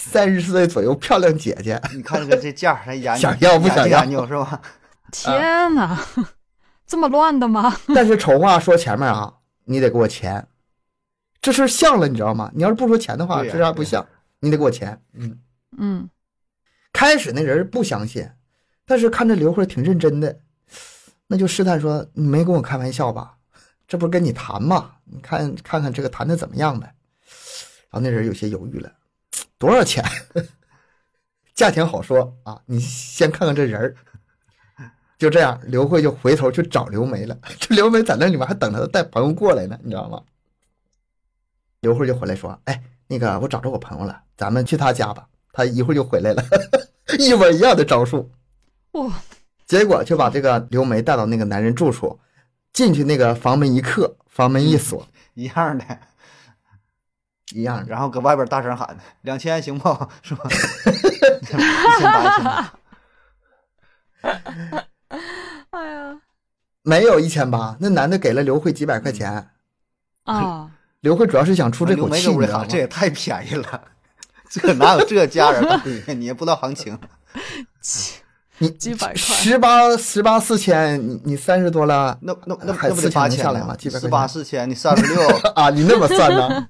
30岁左右漂亮姐姐。 你看这价还想要不想要是吧？ 天哪，这么乱的吗？ 但是丑话说前面啊，你得给我钱，这事像了，你知道吗？你要是不说钱的话，这事还不像，你得给我钱。开始那人不相信，但是看着刘慧挺认真的，那就试探说：“你没跟我开玩笑吧？这不是跟你谈吗？你看看这个谈的怎么样呗。”然后那人有些犹豫了，多少钱？价钱好说啊，你先看看这人儿。就这样，刘慧就回头去找刘梅了。这刘梅在那里面还等着带朋友过来呢，你知道吗？刘慧就回来说：“哎，那个我找着我朋友了，咱们去他家吧。”他一会儿就回来了，一模一样的招数。 哇！ 结果就把这个刘梅带到那个男人住处，进去那个房门一刻，房门一锁， 一样的。然后搁外边大声喊：“2000行不？是吧？”1800。 哎呀， 没有1800，那男的给了刘慧几百块钱啊。 刘慧主要是想出这口气，你知道吗？ 这也太便宜了，这哪有这价啊？你也不知道行情。 你几百块 ，18、4000，你30多了， 那还不得 4000下来吗 ？18、4000，你36 啊？你那么算呢？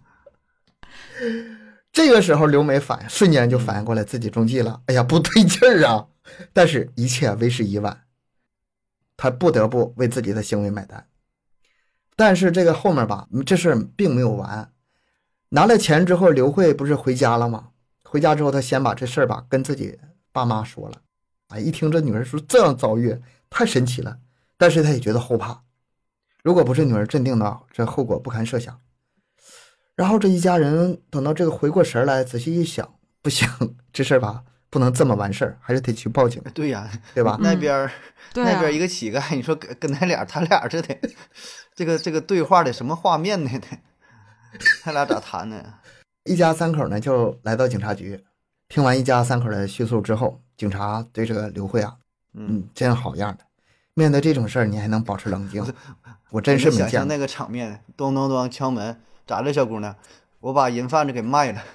这个时候刘梅瞬间就反应过来自己中计了，哎呀，不对劲儿啊！但是一切为时已晚，他不得不为自己的行为买单。但是这个后面吧，这事并没有完。拿了钱之后，刘慧不是回家了吗？回家之后，他先把这事儿吧跟自己爸妈说了。哎，一听这女儿说这样遭遇，太神奇了。但是他也觉得后怕，如果不是女儿镇定的，这后果不堪设想。然后这一家人等到这个回过神来，仔细一想，不行，这事儿吧不能这么完事儿，还是得去报警。 对呀， 对吧？ 那边一个乞丐，你说跟他俩这得这个对话的什么画面呢？他俩咋谈呢？ 一家三口呢就来到警察局，听完一家三口的叙述之后，警察对这个刘慧啊，真好样的，面对这种事儿你还能保持冷静，我真是没见过。 想象那个场面，咚咚咚敲门，咋的，小姑娘？我把银贩子给卖了。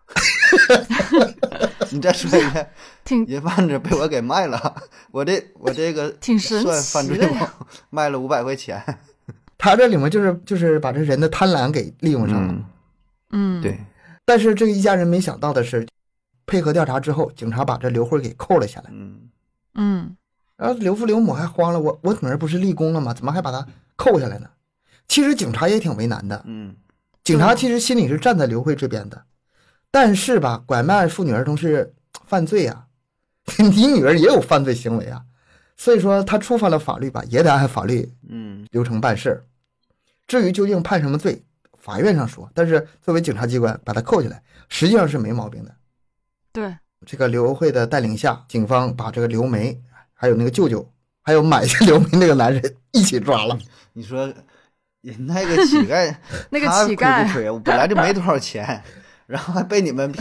你再说一遍，银贩子被我给卖了，我这个挺神奇的， 算犯罪吗？卖了500块钱。 他这里面就是把这人的贪婪给利用上了。 对。 但是这个一家人没想到的是，配合调查之后，警察把这刘慧给扣了下来。然后刘父刘母还慌了，我女儿不是立功了吗？怎么还把她扣下来呢？其实警察也挺为难的。警察其实心里是站在刘慧这边的，但是吧，拐卖妇女儿童是犯罪啊，你女儿也有犯罪行为啊，所以说他触犯了法律吧，也得按法律流程办事。至于究竟判什么罪，法院上说，但是作为警察机关把他扣下来，实际上是没毛病的。 对， 这个刘慧的带领下，警方把这个刘梅还有那个舅舅还有买下刘梅那个男人一起抓了。 你说那个乞丐那个乞丐不亏，我本来就没多少钱，然后还被你们骗。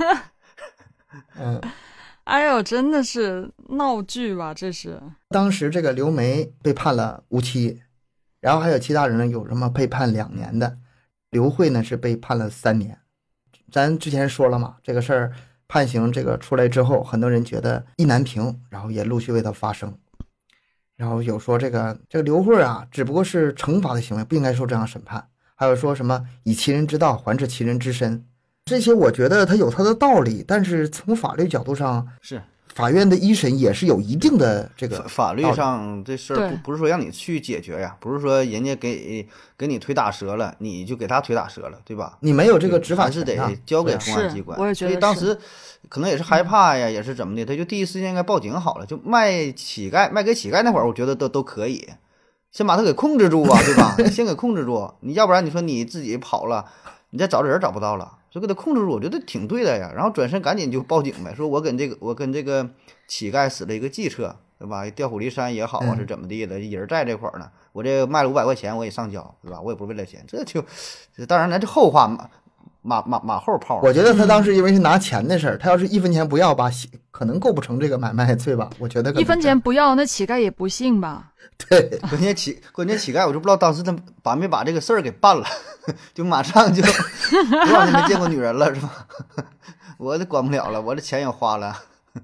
哎呦，真的是闹剧吧？这是当时这个刘梅被判了无期，然后还有其他人呢，有什么被判2年的，刘慧呢是被判了3年。咱之前说了嘛，这个事儿判刑这个出来之后，很多人觉得意难平，然后也陆续为他发声。然后有说这个刘慧啊，只不过是惩罚的行为，不应该受这样审判。还有说什么以其人之道还治其人之身，这些我觉得他有他的道理，但是从法律角度上， 是法院的一审也是有一定的这个法律上这事儿不是说让你去解决呀，不是说人家给你腿打折了，你就给他腿打折了，对吧？ 你没有这个执法权，是得交给公安机关。 我也觉得所以当时可能也是害怕呀，也是怎么的，他就第一时间应该报警好了。就卖给乞丐那会儿，我觉得都可以，先把他给控制住啊，对吧？先给控制住，你要不然你说你自己跑了，你再找人找不到了，就给他控制住，我觉得挺对的呀。然后转身赶紧就报警呗，说我跟这个乞丐使了一个计策，对吧？调虎离山也好啊，是怎么地的？人在这块儿呢，我这卖了500块钱，我也上交，对吧？我也不是为了钱，这就当然咱这后话马后炮。 我觉得他当时因为是拿钱的事儿，他要是1分钱不要吧，可能构不成这个买卖罪吧？我觉得 1分钱不要，那乞丐也不信吧？ 对， 关键乞丐，我就不知道当时他没把这个事儿给办了，就马上就多少年没见过女人了，是吧？ 我都管不了了，我这钱也花了。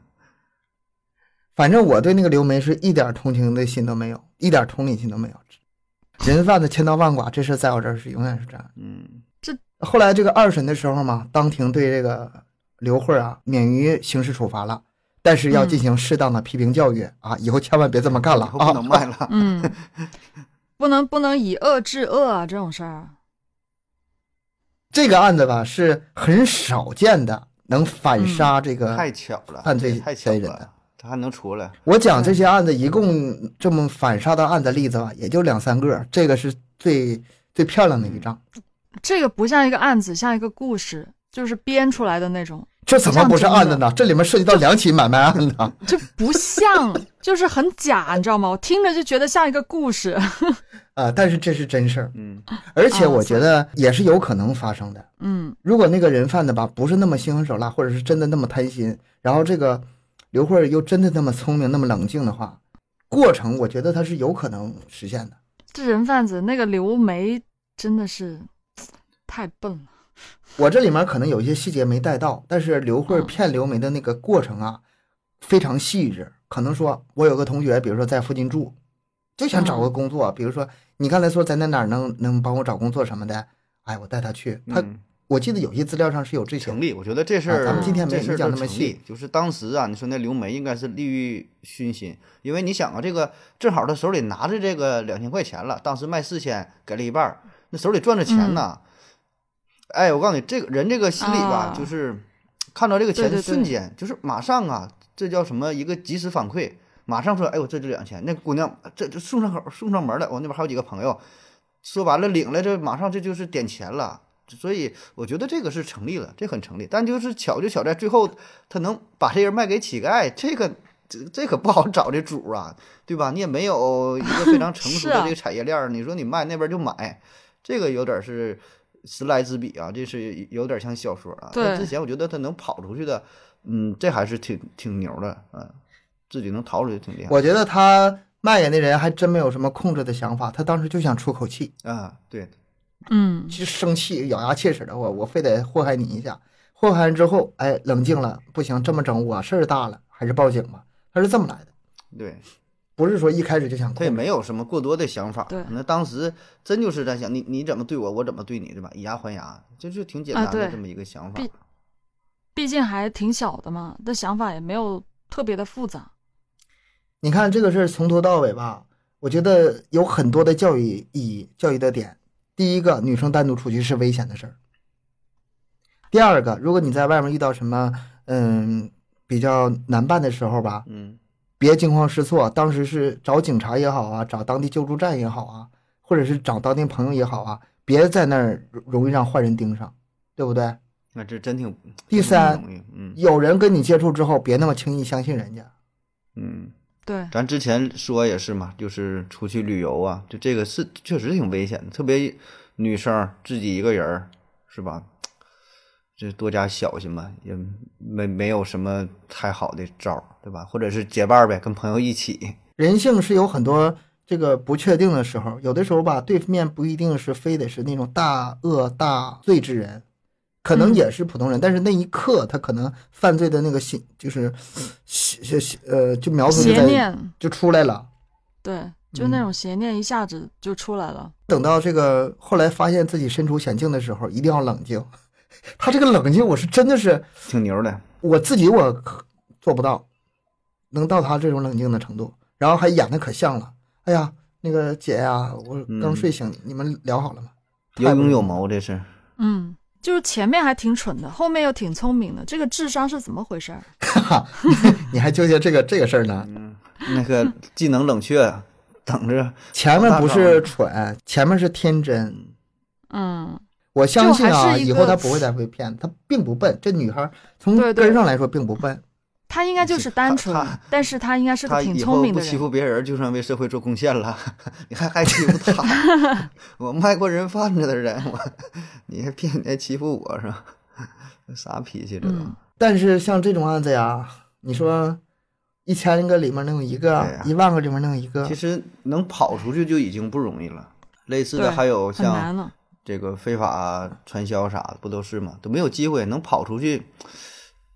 反正我对那个刘梅是一点同情的心都没有，一点同理心都没有。人贩子千刀万剐，这事在我这儿是永远是这样。 这后来这个二审的时候嘛，当庭对这个刘慧啊免于刑事处罚了，但是要进行适当的批评教育啊，以后千万别这么干了啊， 不能卖了。 不能以恶制恶啊，这种事儿。 这个案子吧是很少见的，能反杀这个太巧了， 犯罪太巧嫌疑人的。 他还能出来。 我讲这些案子，一共这么反杀的案子例子吧，也就2-3个，这个是最漂亮的一张。 这个不像一个案子，像一个故事，就是编出来的那种。 这怎么不是案子呢？这里面涉及到2起买卖案呢。 这不像，就是很假，你知道吗？我听着就觉得像一个故事。 但是这是真事儿。而且我觉得也是有可能发生的。如果那个人贩子吧不是那么心狠手辣，或者是真的那么贪心，然后这个刘慧又真的那么聪明那么冷静的话，过程我觉得他是有可能实现的。 这人贩子那个刘梅真的是太笨了。 我这里面可能有一些细节没带到，但是刘慧骗刘梅的那个过程啊非常细致。可能说我有个同学比如说在附近住，就想找个工作，比如说你刚才说在哪能帮我找工作什么的，哎，我带他去。我记得有些资料上是有这些成立。我觉得这事儿， 咱们今天没讲那么细。 就是当时啊，你说那刘梅应该是利欲熏心，因为你想啊，这个正好他手里拿着这个2000块钱了，当时卖4000给了一半，那手里赚着钱呢。哎，我告诉你，这个人这个心理吧，就是看到这个钱的瞬间，就是马上啊，这叫什么一个及时反馈，马上说，哎，我这2000，那姑娘这送上门了，我那边还有几个朋友，说完了领了，这马上这就是点钱了。所以我觉得这个是成立了，这很成立。但就是巧在最后他能把这人卖给乞丐，这可不好找这主啊，对吧？你也没有一个非常成熟的这个产业链你说你卖那边就买，这个有点是时来之笔啊，这是有点像小说啊。 对， 之前我觉得他能跑出去的，这还是挺牛的啊，自己能逃出去挺厉害。 我觉得他卖给那人还真没有什么控制的想法，他当时就想出口气啊，对。 就生气咬牙切齿的，我非得祸害你一下，祸害完之后，哎，冷静了，不行，这么整我事儿大了，还是报警吧。他是这么来的， 对， 不是说一开始就想。 他也没有什么过多的想法， 对， 那当时真就是在想你怎么对我，我怎么对你，对吧？以牙还牙，就挺简单的这么一个想法。 毕竟还挺小的嘛，的想法也没有特别的复杂。 你看这个事儿从头到尾吧，我觉得有很多的教育意义、教育的点。第一个，女生单独出去是危险的事儿。第二个，如果你在外面遇到什么比较难办的时候吧，别惊慌失措，当时是找警察也好啊，找当地救助站也好啊，或者是找当地朋友也好啊，别在那儿容易让坏人盯上，对不对？ 那这真挺。 第三，有人跟你接触之后，别那么轻易相信人家。 对， 咱之前说也是嘛，就是出去旅游啊，就这个是确实挺危险的，特别女生自己一个人是吧？这多加小心吧，也没有什么太好的招，对吧？或者是结伴呗，跟朋友一起。 人性是有很多这个不确定的时候，有的时候吧，对面不一定是非得是那种大恶大罪之人。可能也是普通人，但是那一刻他可能犯罪的那个心就是就苗头就出来了。 对，就那种邪念一下子就出来了。 等到这个后来发现自己身处险境的时候，一定要冷静。他这个冷静，我是真的是挺牛的。 我自己我做不到，能到他这种冷静的程度，然后还演的可像了。哎呀，那个姐呀，我刚睡醒，你们聊好了吗？ 有勇有谋，这是。 就是前面还挺蠢的，后面又挺聪明的，这个智商是怎么回事？ 你还纠结这个事儿呢？ 那个技能冷却，等着。 前面不是蠢，前面是天真。我相信啊，以后他不会再被骗，他并不笨。这女孩从根上来说并不笨。 他应该就是单纯，但是他应该是个挺聪明的人。 他以后不欺负别人，就算为社会做贡献了。你还欺负他？我卖过人贩子的人，你还欺负我是吧？啥脾气这都。 但是像这种案子呀，你说1000个里面能有一个，10000个里面能有一个， 其实能跑出去就已经不容易了。类似的还有像这个非法传销啥的，不都是吗？都没有机会能跑出去。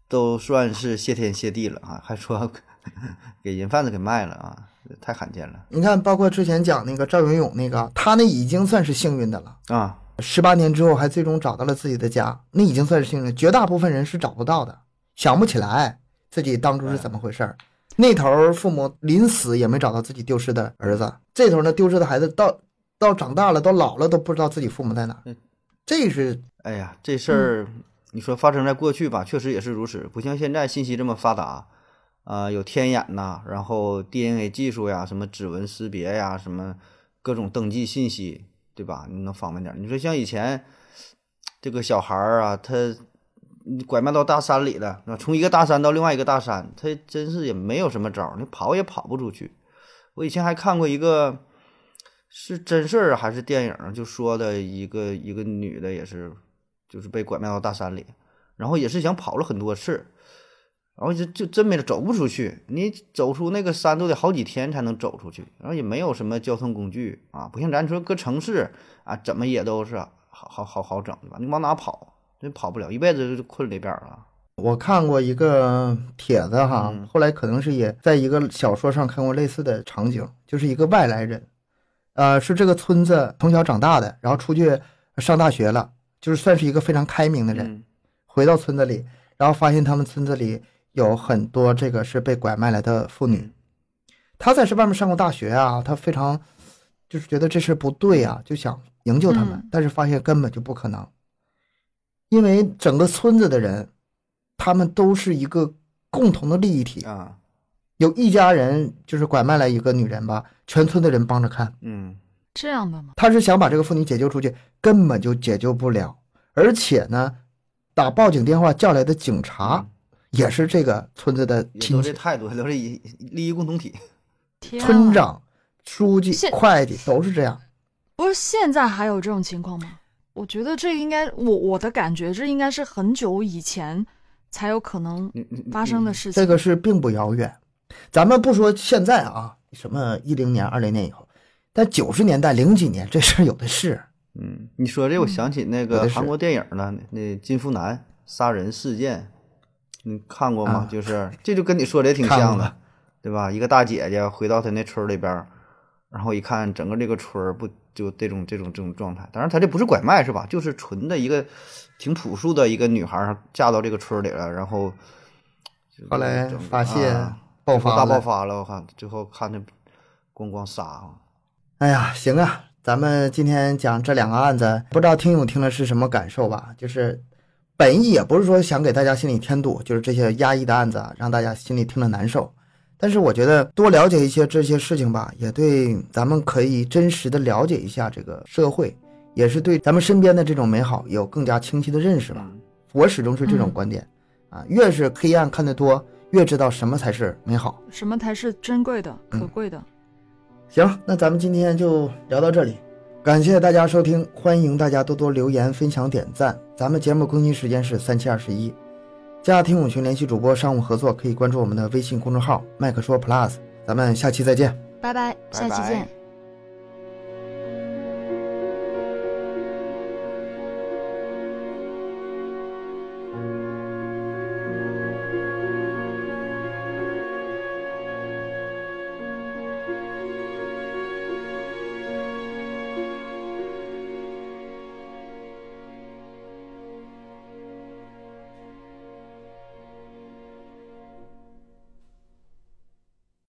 都算是谢天谢地了啊，还说给人贩子给卖了啊，太罕见了。 你看，包括之前讲那个赵云勇那个，他那已经算是幸运的了啊。 18年之后还最终找到了自己的家，那已经算是幸运。绝大部分人是找不到的，想不起来自己当初是怎么回事。那头父母临死也没找到自己丢失的儿子，这头呢丢失的孩子到长大了，到老了都不知道自己父母在哪。这是哎呀，这事儿你说发生在过去吧，确实也是如此，不像现在信息这么发达有天眼呐，然后 DNA 技术呀，什么指纹识别呀，什么各种登记信息，对吧？你能方便点。你说像以前这个小孩啊，他拐卖到大山里了，从一个大山到另外一个大山，他真是也没有什么招，你跑也跑不出去。我以前还看过一个是真事儿还是电影，就说的一个女的也是，就是被拐卖到大山里，然后也是想跑了很多次，然后就真没了，走不出去。你走出那个山都得好几天才能走出去，然后也没有什么交通工具啊，不像咱说搁城市啊，怎么也都是好整的吧？你往哪跑？真跑不了，一辈子就困里边了。 我看过一个帖子哈，后来可能是也在一个小说上看过类似的场景，就是一个外来人，是这个村子从小长大的，然后出去上大学了，就是算是一个非常开明的人，回到村子里，然后发现他们村子里有很多这个是被拐卖来的妇女。他在这外面上过大学啊，他非常就是觉得这事不对啊，就想营救他们，但是发现根本就不可能。因为整个村子的人，他们都是一个共同的利益体啊。 有一家人就是拐卖来一个女人吧，全村的人帮着看。 这样的吗？ 他是想把这个妇女解救出去，根本就解救不了。而且呢，打报警电话叫来的警察也是这个村子的亲戚， 都这态度，都是利益共同体。 村长、书记、会计都是这样。 不是现在还有这种情况吗？我觉得这应该，我的感觉，这应该是很久以前才有可能发生的事情。 这个是并不遥远，咱们不说现在啊，什么10年、20年以后，但90年代、00几年这事儿有的是。 你说这我想起那个韩国电影了，那金福南杀人事件，你看过吗？就是这就跟你说的也挺像的，对吧？一个大姐姐回到她那村里边，然后一看整个这个村不就这种状态。当然她这不是拐卖是吧？就是纯的一个挺朴素的一个女孩嫁到这个村里了，然后后来发现大爆发了，我看最后看着咣杀。 哎呀，行啊，咱们今天讲这2个案子，不知道听友听了是什么感受吧？就是本意也不是说想给大家心里添堵，就是这些压抑的案子啊，让大家心里听了难受。但是我觉得多了解一些这些事情吧，也对咱们可以真实的了解一下这个社会，也是对咱们身边的这种美好有更加清晰的认识吧。我始终是这种观点啊，越是黑暗看得多，越知道什么才是美好， 什么才是珍贵的、可贵的。 行，那咱们今天就聊到这里，感谢大家收听，欢迎大家多多留言、分享、点赞。咱们节目更新时间是3721，加听友群联系主播商务合作，可以关注我们的微信公众号麦克说 Plus。咱们下期再见， 拜拜，下期见。